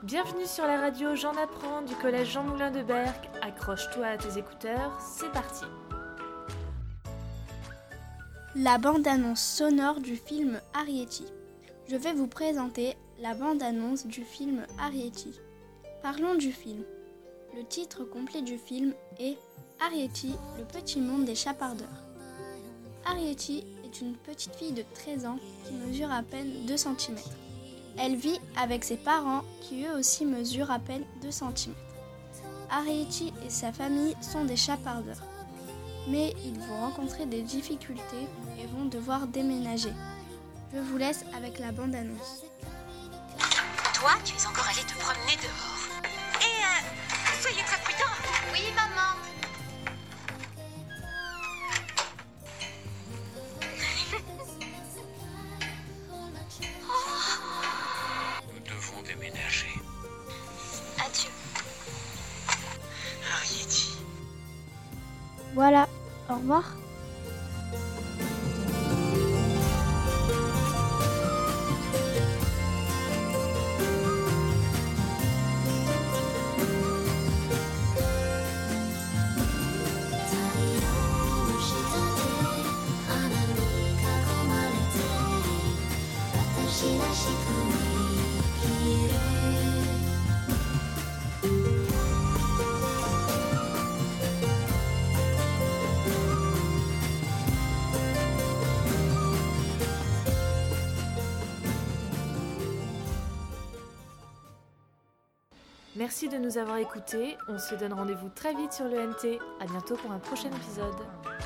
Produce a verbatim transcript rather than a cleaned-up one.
Bienvenue sur la radio J'en apprends du collège Jean Moulin de Berck. Accroche-toi à tes écouteurs, c'est parti. La bande-annonce sonore du film Arrietty. Je vais vous présenter la bande-annonce du film Arrietty. Parlons du film. Le titre complet du film est Arrietty, le petit monde des chapardeurs. Arrietty est une petite fille de treize ans qui mesure à peine deux centimètres. Elle vit avec ses parents qui eux aussi mesurent à peine deux centimètres. Arrietty et sa famille sont des chapardeurs. Mais ils vont rencontrer des difficultés et vont devoir déménager. Je vous laisse avec la bande-annonce. Toi, tu es encore allé te promener dehors. Et euh, soyez très prudents. Oui, maman. Nous devons déménager. Adieu. Arrietty. Voilà, au revoir. Merci de nous avoir écoutés. On se donne rendez-vous très vite sur le N T. À bientôt pour un prochain épisode.